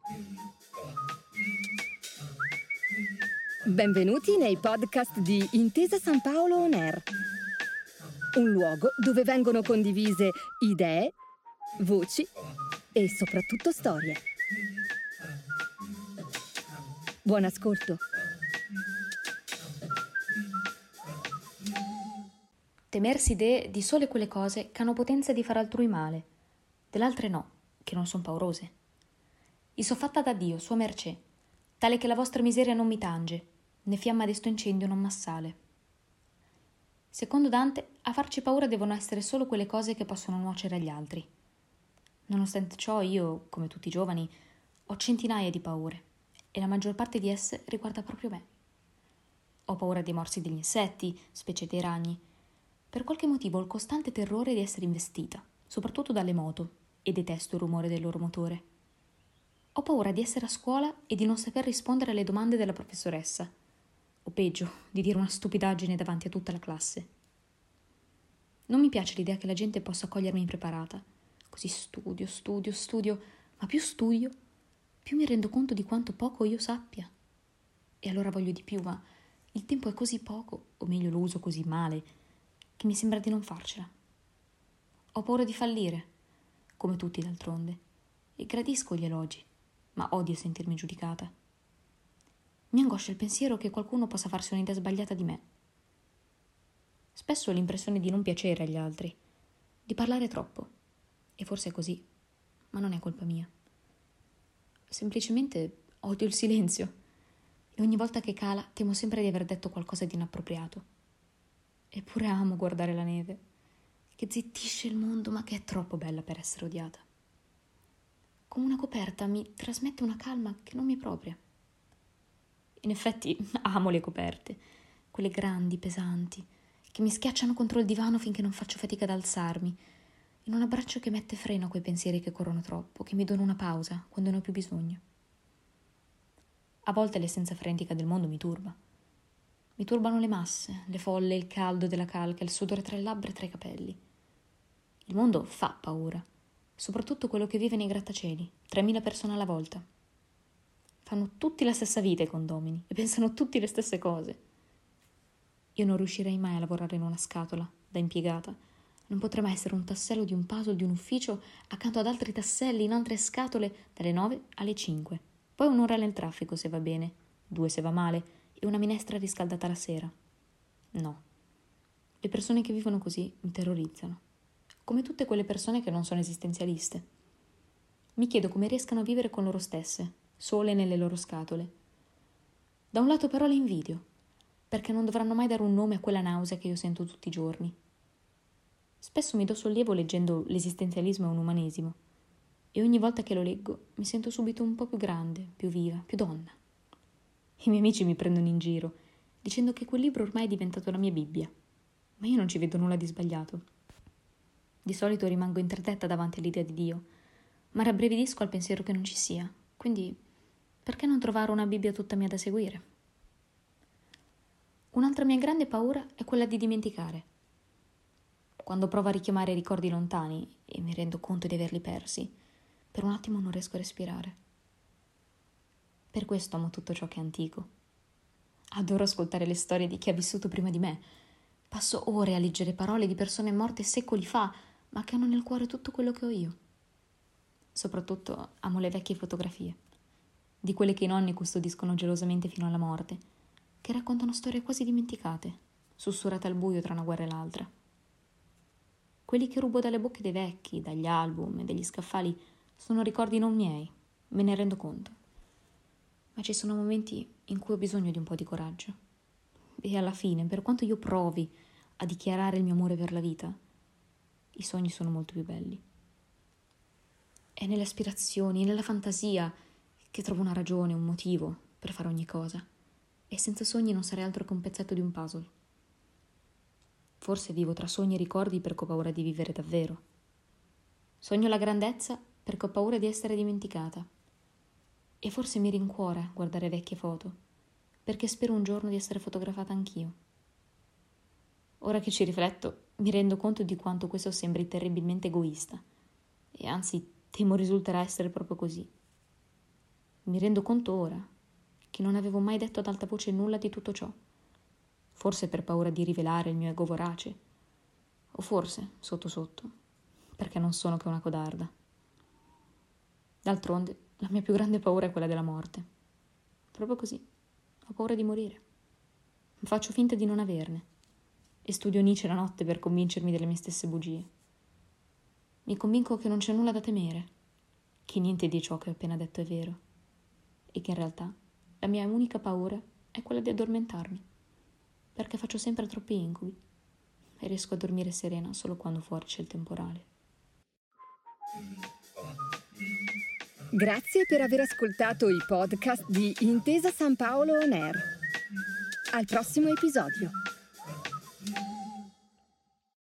Benvenuti nei podcast di Intesa San Paolo On Air, un luogo dove vengono condivise idee, voci e soprattutto storie. Buon ascolto. Temersi di sole quelle cose che hanno potenza di far altrui male, dell'altre no, che non son paurose. I so fatta da Dio, sua mercé, tale che la vostra miseria non mi tange, né fiamma de sto incendio non m'assale. Secondo Dante, a farci paura devono essere solo quelle cose che possono nuocere agli altri. Nonostante ciò, io, come tutti i giovani, ho centinaia di paure, e la maggior parte di esse riguarda proprio me. Ho paura dei morsi degli insetti, specie dei ragni. Per qualche motivo ho il costante terrore di essere investita, soprattutto dalle moto, e detesto il rumore del loro motore. Ho paura di essere a scuola e di non saper rispondere alle domande della professoressa, o peggio, di dire una stupidaggine davanti a tutta la classe. Non mi piace l'idea che la gente possa cogliermi impreparata. Così studio, ma più studio, più mi rendo conto di quanto poco io sappia. E allora voglio di più, ma il tempo è così poco, o meglio lo uso così male, che mi sembra di non farcela. Ho paura di fallire, come tutti d'altronde, e gradisco gli elogi, ma odio sentirmi giudicata. Mi angoscia il pensiero che qualcuno possa farsi un'idea sbagliata di me. Spesso ho l'impressione di non piacere agli altri, di parlare troppo, e forse è così, ma non è colpa mia. Semplicemente odio il silenzio, e ogni volta che cala temo sempre di aver detto qualcosa di inappropriato. Eppure amo guardare la neve, che zittisce il mondo ma che è troppo bella per essere odiata. Come una coperta mi trasmette una calma che non mi è propria. In effetti amo le coperte, quelle grandi, pesanti, che mi schiacciano contro il divano finché non faccio fatica ad alzarmi, in un abbraccio che mette freno a quei pensieri che corrono troppo, che mi donano una pausa quando ne ho più bisogno. A volte l'essenza frenetica del mondo mi turba. Mi turbano le masse, le folle, il caldo della calca, il sudore tra le labbra e tra i capelli. Il mondo fa paura, soprattutto quello che vive nei grattacieli, 3.000 persone alla volta. Fanno tutti la stessa vita i condomini e pensano tutti le stesse cose. Io non riuscirei mai a lavorare in una scatola, da impiegata. Non potrei mai essere un tassello di un puzzle di un ufficio accanto ad altri tasselli in altre scatole dalle 9 alle 5. Poi un'ora nel traffico se va bene, 2 se va male e una minestra riscaldata la sera. No. Le persone che vivono così mi terrorizzano, come tutte quelle persone che non sono esistenzialiste. Mi chiedo come riescano a vivere con loro stesse, sole nelle loro scatole. Da un lato però le invidio, perché non dovranno mai dare un nome a quella nausea che io sento tutti i giorni. Spesso mi do sollievo leggendo l'esistenzialismo e un umanesimo, e ogni volta che lo leggo mi sento subito un po' più grande, più viva, più donna. I miei amici mi prendono in giro, dicendo che quel libro ormai è diventato la mia Bibbia, ma io non ci vedo nulla di sbagliato. Di solito rimango interdetta davanti all'idea di Dio, ma rabbrividisco al pensiero che non ci sia, quindi perché non trovare una Bibbia tutta mia da seguire? Un'altra mia grande paura è quella di dimenticare. Quando provo a richiamare ricordi lontani e mi rendo conto di averli persi, per un attimo non riesco a respirare. Per questo amo tutto ciò che è antico. Adoro ascoltare le storie di chi ha vissuto prima di me. Passo ore a leggere parole di persone morte secoli fa, ma che hanno nel cuore tutto quello che ho io. Soprattutto amo le vecchie fotografie, di quelle che i nonni custodiscono gelosamente fino alla morte, che raccontano storie quasi dimenticate, sussurrate al buio tra una guerra e l'altra. Quelli che rubo dalle bocche dei vecchi, dagli album e degli scaffali sono ricordi non miei, me ne rendo conto. Ma ci sono momenti in cui ho bisogno di un po' di coraggio. E alla fine, per quanto io provi a dichiarare il mio amore per la vita, i sogni sono molto più belli. È nelle aspirazioni, nella fantasia, che trovo una ragione, un motivo per fare ogni cosa. E senza sogni non sarei altro che un pezzetto di un puzzle. Forse vivo tra sogni e ricordi perché ho paura di vivere davvero. Sogno la grandezza perché ho paura di essere dimenticata. E forse mi rincuora guardare vecchie foto, perché spero un giorno di essere fotografata anch'io. Ora che ci rifletto, mi rendo conto di quanto questo sembri terribilmente egoista, e anzi temo risulterà essere proprio così. Mi rendo conto ora che non avevo mai detto ad alta voce nulla di tutto ciò. Forse per paura di rivelare il mio ego vorace, o forse, sotto sotto, perché non sono che una codarda. D'altronde, la mia più grande paura è quella della morte. Proprio così, ho paura di morire. Faccio finta di non averne e studio Nietzsche la notte per convincermi delle mie stesse bugie. Mi convinco che non c'è nulla da temere, che niente di ciò che ho appena detto è vero e che in realtà la mia unica paura è quella di addormentarmi, perché faccio sempre troppi incubi e riesco a dormire serena solo quando fuori c'è il temporale. Grazie per aver ascoltato i podcast di Intesa San Paolo On Air. Al prossimo episodio.